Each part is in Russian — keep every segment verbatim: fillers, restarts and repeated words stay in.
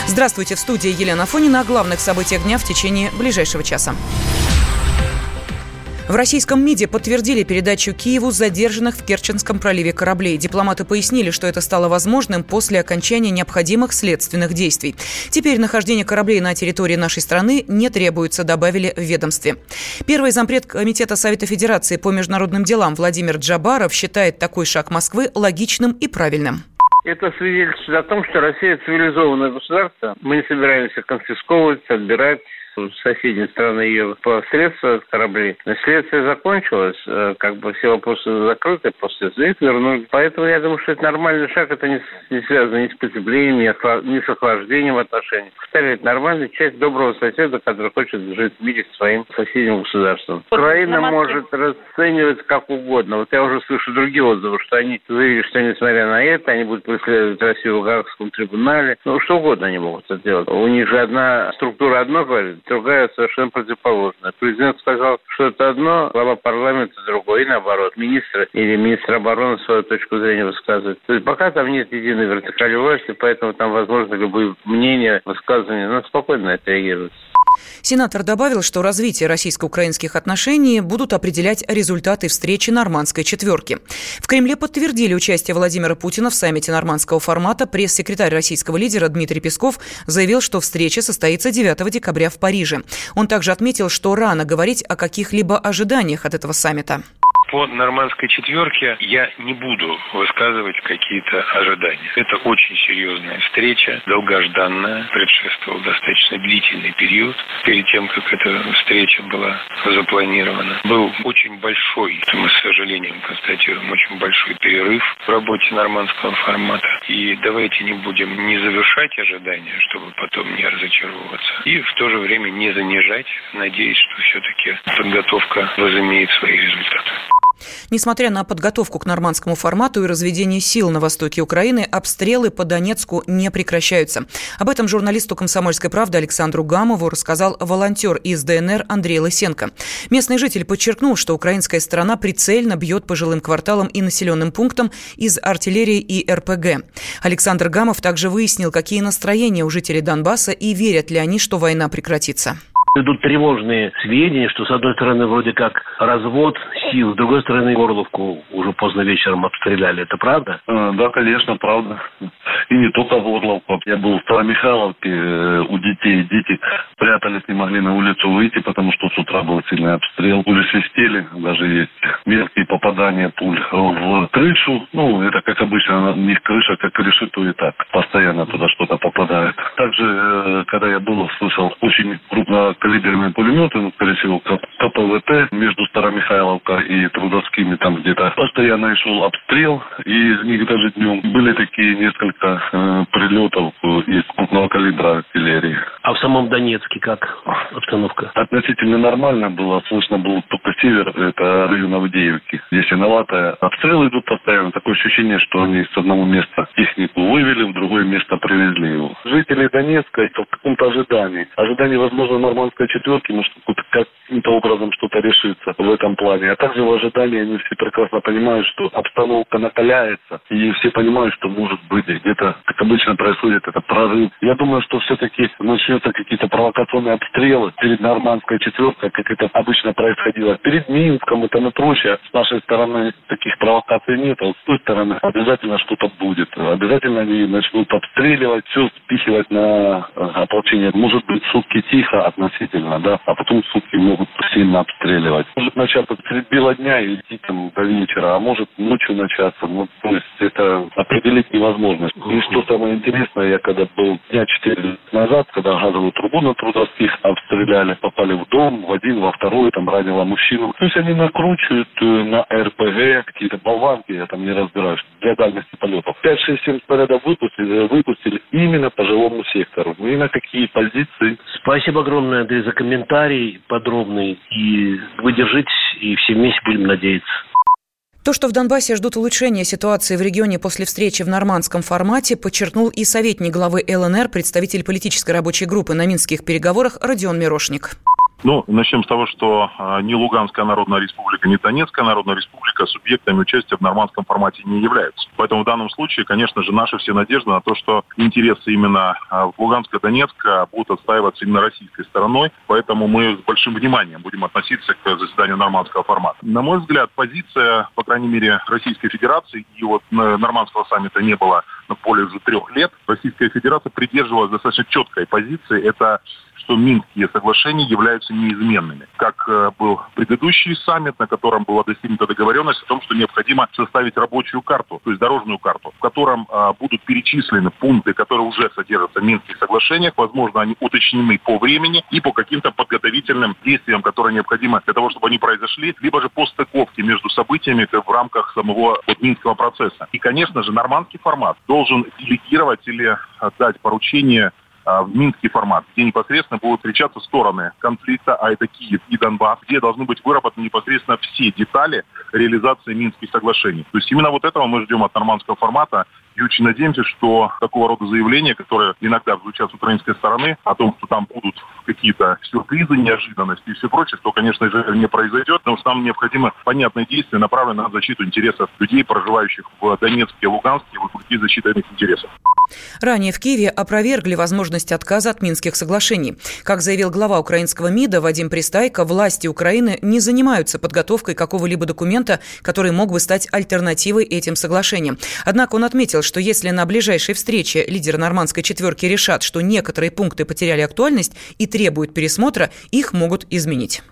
Здравствуйте, в студии Елена Афонина. О главных событиях дня в течение ближайшего часа. В российском МИДе подтвердили передачу Киеву задержанных в Керченском проливе кораблей. Дипломаты пояснили, что это стало возможным после окончания необходимых следственных действий. Теперь нахождение кораблей на территории нашей страны не требуется, добавили в ведомстве. Первый зампред Комитета Совета Федерации по международным делам Владимир Джабаров считает такой шаг Москвы логичным и правильным. Это свидетельствует о том, что Россия цивилизованное государство. Мы не собираемся конфисковывать, отбирать с соседней стороны ее средства кораблей. Следствие закончилось, как бы все вопросы закрыты, после их вернули. Поэтому я думаю, что это нормальный шаг, это не, не связано ни с потеплением, ни с охлаждением отношений. Повторяю, это нормальная часть доброго соседа, который хочет жить в мире с своим соседним государством. Украина может расцениваться как угодно. Вот я уже слышу другие отзывы, что они заявили, что несмотря на это, они будут преследовать Россию в Гаагском трибунале. Ну, что угодно они могут это делать. У них же одна структура одно говорит, другая совершенно противоположная. Президент сказал, что это одно, глава парламента другое, и наоборот. Министр или министр обороны свою точку зрения высказывает. То есть пока там нет единой вертикали власти, поэтому там возможны любые мнения, высказывания. Надо спокойно на это реагировать. Сенатор добавил, что развитие российско-украинских отношений будут определять результаты встречи нормандской четверки. В Кремле подтвердили участие Владимира Путина в саммите нормандского формата. Пресс-секретарь российского лидера Дмитрий Песков заявил, что встреча состоится девятого декабря в Париже. Он также отметил, что рано говорить о каких-либо ожиданиях от этого саммита. По нормандской четверке я не буду высказывать какие-то ожидания. Это очень серьезная встреча, долгожданная, предшествовал достаточно длительный период перед тем, как эта встреча была запланирована. Был очень большой, мы с сожалением констатируем, очень большой перерыв в работе нормандского формата. И давайте не будем не завышать ожидания, чтобы потом не разочаровываться, и в то же время не занижать, надеясь, что все-таки подготовка возымеет свои результаты. Несмотря на подготовку к нормандскому формату и разведение сил на востоке Украины, обстрелы по Донецку не прекращаются. Об этом журналисту «Комсомольской правды» Александру Гамову рассказал волонтер из ДНР Андрей Лысенко. Местный житель подчеркнул, что украинская сторона прицельно бьет по жилым кварталам и населенным пунктам из артиллерии и эр пэ гэ. Александр Гамов также выяснил, какие настроения у жителей Донбасса и верят ли они, что война прекратится. Идут тревожные сведения, что с одной стороны вроде как развод сил, с другой стороны Горловку уже поздно вечером обстреляли. Это правда? А, да, конечно, правда. И не только Горловку. Я был в Старомихайловке, у детей. Дети прятались, не могли на улицу выйти, потому что с утра был сильный обстрел. Пули свистели, даже есть мелкие попадания пуль в крышу. Ну, это как обычно, не крыша, как решит, то и так. Постоянно туда что-то попадает. Также, когда я был, слышал очень крупно калиберные пулеметы, ну, скорее всего, ка пэ вэ тэ между Старомихайловкой и Трудовскими там где-то. Постоянно шел обстрел, и из них даже днем были такие несколько э, прилетов из крупного калибра артиллерии. А в самом Донецке как обстановка? Относительно нормально было. Слышно был только север, это район Авдеевки. Здесь Иноватая. Обстрелы идут постоянно. Такое ощущение, что они с одного места технику вывели, в другое место привезли его. Жители Донецка в каком-то ожидании. Ожидание, возможно, нормально четверки, может, каким-то образом что-то решится в этом плане. А также в ожидании они все прекрасно понимают, что обстановка накаляется, и все понимают, что может быть где-то, как обычно происходит, это прорыв. Я думаю, что все-таки начнутся какие-то провокационные обстрелы перед нормандской четверкой, как это обычно происходило. Перед Минском это на проще. С нашей стороны таких провокаций нет, а с той стороны обязательно что-то будет. Обязательно они начнут обстреливать, все спихивать на ополчение. Может быть, сутки тихо относительно, да, а потом сутки могут сильно обстреливать. Может начаться средь бела дня и идти там до вечера, а может ночью начаться. Ну, то есть это определить невозможно. И что самое интересное, я когда был дня четыре назад, когда газовую трубу на Трудовских обстреляли, попали в дом, в один, во второй, там ранило мужчину. То есть они накручивают на эр пэ гэ какие-то болванки, я там не разбираюсь, для дальности полетов. пять шесть семь снарядов выпустили, выпустили именно по жилому сектору. И на какие позиции. Спасибо огромное, Андрей, за комментарий подробный. И вы держитесь, и все вместе будем надеяться. То, что в Донбассе ждут улучшения ситуации в регионе после встречи в нормандском формате, подчеркнул и советник главы эл эн эр, представитель политической рабочей группы на минских переговорах Родион Мирошник. Ну, начнем с того, что ни Луганская Народная Республика, ни Донецкая Народная Республика субъектами участия в нормандском формате не являются. Поэтому в данном случае, конечно же, наши все надежды на то, что интересы именно в Луганске и Донецке будут отстаиваться именно российской стороной. Поэтому мы с большим вниманием будем относиться к заседанию нормандского формата. На мой взгляд, позиция, по крайней мере, Российской Федерации, и вот нормандского саммита не было более уже трех лет, Российская Федерация придерживалась достаточно четкой позиции. Это что Минские соглашения являются неизменными. Как э, был предыдущий саммит, на котором была достигнута договоренность о том, что необходимо составить рабочую карту, то есть дорожную карту, в котором э, будут перечислены пункты, которые уже содержатся в Минских соглашениях. Возможно, они уточнены по времени и по каким-то подготовительным действиям, которые необходимы для того, чтобы они произошли, либо же по стыковке между событиями в рамках самого вот, Минского процесса. И, конечно же, нормандский формат должен делегировать или дать поручение в Минский формат, где непосредственно будут встречаться стороны конфликта, а это Киев и Донбасс, где должны быть выработаны непосредственно все детали реализации Минских соглашений. То есть именно вот этого мы ждем от нормандского формата и очень надеемся, что такого рода заявления, которые иногда звучат с украинской стороны, о том, что там будут какие-то сюрпризы, неожиданности и все прочее, то, конечно же, не произойдет, потому что нам необходимо понятные действия, направленные на защиту интересов людей, проживающих в Донецке и Луганске, и защиту их интересов. Ранее в Киеве опровергли возможность отказа от Минских соглашений. Как заявил глава украинского МИДа Вадим Пристайко, власти Украины не занимаются подготовкой какого-либо документа, который мог бы стать альтернативой этим соглашениям. Однако он отметил, что если на ближайшей встрече лидеры нормандской четверки решат, что некоторые пункты потеряли актуальность и требуют пересмотра, их могут изменить.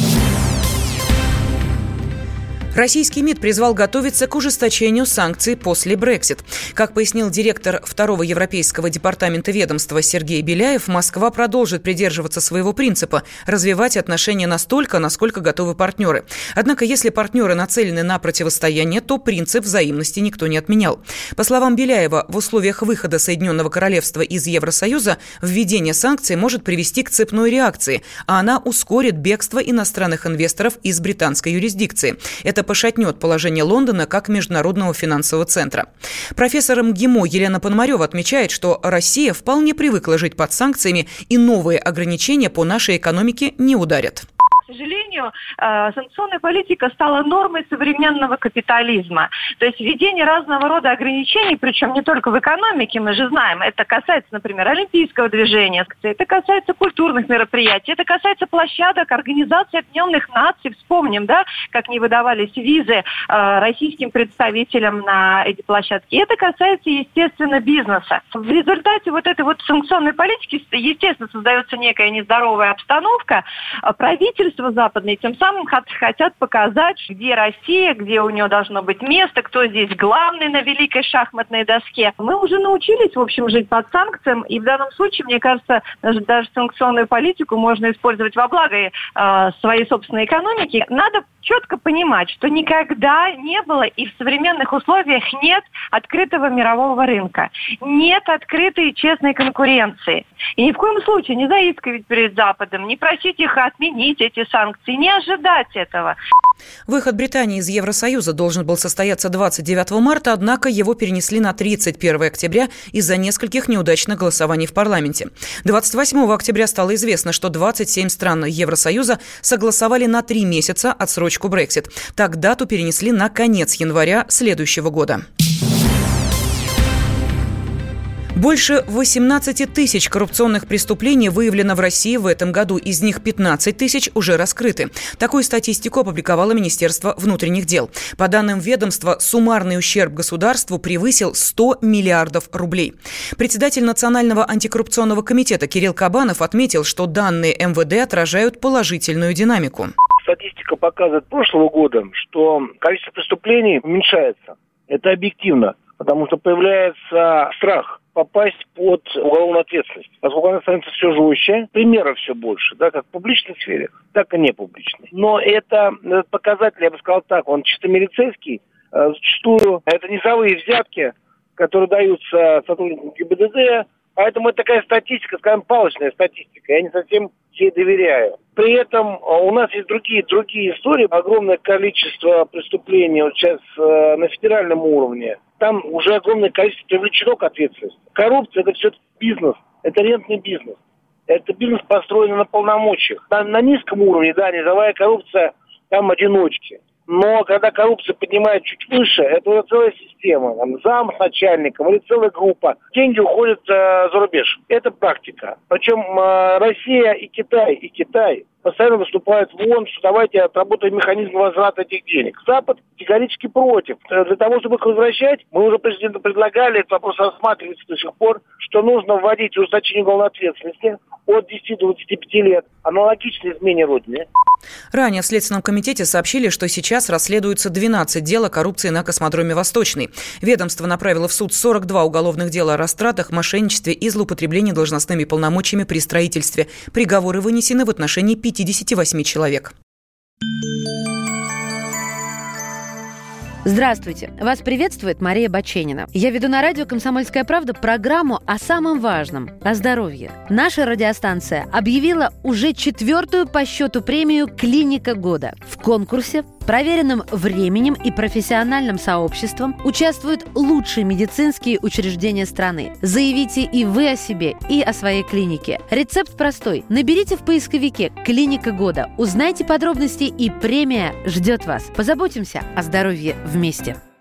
Российский МИД призвал готовиться к ужесточению санкций после Брексит. Как пояснил директор второго европейского департамента ведомства Сергей Беляев, Москва продолжит придерживаться своего принципа – развивать отношения настолько, насколько готовы партнеры. Однако, если партнеры нацелены на противостояние, то принцип взаимности никто не отменял. По словам Беляева, в условиях выхода Соединенного Королевства из Евросоюза введение санкций может привести к цепной реакции, а она ускорит бегство иностранных инвесторов из британской юрисдикции. Это пошатнет положение Лондона как международного финансового центра. Профессор МГИМО Елена Пономарева отмечает, что Россия вполне привыкла жить под санкциями, и новые ограничения по нашей экономике не ударят. К сожалению, санкционная политика стала нормой современного капитализма. То есть введение разного рода ограничений, причем не только в экономике, мы же знаем, это касается, например, олимпийского движения, это касается культурных мероприятий, это касается площадок Организации Объединенных Наций. Вспомним, да, как не выдавались визы российским представителям на эти площадки. Это касается, естественно, бизнеса. В результате вот этой вот санкционной политики, естественно, создается некая нездоровая обстановка. Правительство западные тем самым хотят показать, где Россия, где у нее должно быть место, кто здесь главный на великой шахматной доске. Мы уже научились, в общем, жить под санкциям, и в данном случае, мне кажется, даже, даже санкционную политику можно использовать во благо э, своей собственной экономики. Надо четко понимать, что никогда не было и в современных условиях нет открытого мирового рынка, нет открытой и честной конкуренции. И ни в коем случае не заискивать перед Западом, не просить их отменить эти санкции, не ожидать этого. Выход Британии из Евросоюза должен был состояться двадцать девятого марта, однако его перенесли на тридцать первого октября из-за нескольких неудачных голосований в парламенте. двадцать восьмого октября стало известно, что двадцать семь стран Евросоюза согласовали на три месяца отсрочку Брексит. Так дату перенесли на конец января следующего года. Больше восемнадцать тысяч коррупционных преступлений выявлено в России в этом году. Из них пятнадцать тысяч уже раскрыты. Такую статистику опубликовало Министерство внутренних дел. По данным ведомства, суммарный ущерб государству превысил сто миллиардов рублей. Председатель Национального антикоррупционного комитета Кирилл Кабанов отметил, что данные эм вэ дэ отражают положительную динамику. Статистика показывает прошлого года, что количество преступлений уменьшается. Это объективно, потому что появляется страх попасть под уголовную ответственность. Поскольку она становится все жестче, примеров все больше, да, как в публичной сфере, так и непубличной. Но это показатель, я бы сказал так, он чисто милицейский, зачастую это низовые взятки, которые даются сотрудникам гэ бэ дэ зэ, поэтому это такая статистика, скажем, палочная статистика, я не совсем ей доверяю. При этом у нас есть другие, другие истории, огромное количество преступлений вот сейчас э, на федеральном уровне. Там уже огромное количество привлечено к ответственности. Коррупция – это все-таки бизнес, это рентный бизнес. Это бизнес построен на полномочиях. На, на низком уровне, да, низовая коррупция, там одиночки. Но когда коррупция поднимает чуть выше, это уже целая система. Там, зам с начальником или целая группа. Деньги уходят э, за рубеж. Это практика. Причем э, Россия и Китай, и Китай постоянно выступают в ООН, что давайте отработаем механизм возврата этих денег. Запад категорически против. Для того, чтобы их возвращать, мы уже президенту предлагали, этот вопрос рассматривается до сих пор, что нужно вводить ужесточение уголовной ответственности от десяти до двадцати пяти лет. Аналогично измене Родины. Ранее в Следственном комитете сообщили, что сейчас расследуются двенадцать дел о коррупции на космодроме «Восточный». Ведомство направило в суд сорок два уголовных дела о растратах, мошенничестве и злоупотреблении должностными полномочиями при строительстве. Приговоры вынесены в отношении пятидесяти восьми человек. Здравствуйте! Вас приветствует Мария Баченина. Я веду на радио «Комсомольская правда» программу о самом важном – о здоровье. Наша радиостанция объявила уже четвертую по счету премию «Клиника года». В конкурсе, проверенном временем и профессиональным сообществом, участвуют лучшие медицинские учреждения страны. Заявите и вы о себе, и о своей клинике. Рецепт простой. Наберите в поисковике «Клиника года», узнайте подробности, и премия ждет вас. Позаботимся о здоровье вместе.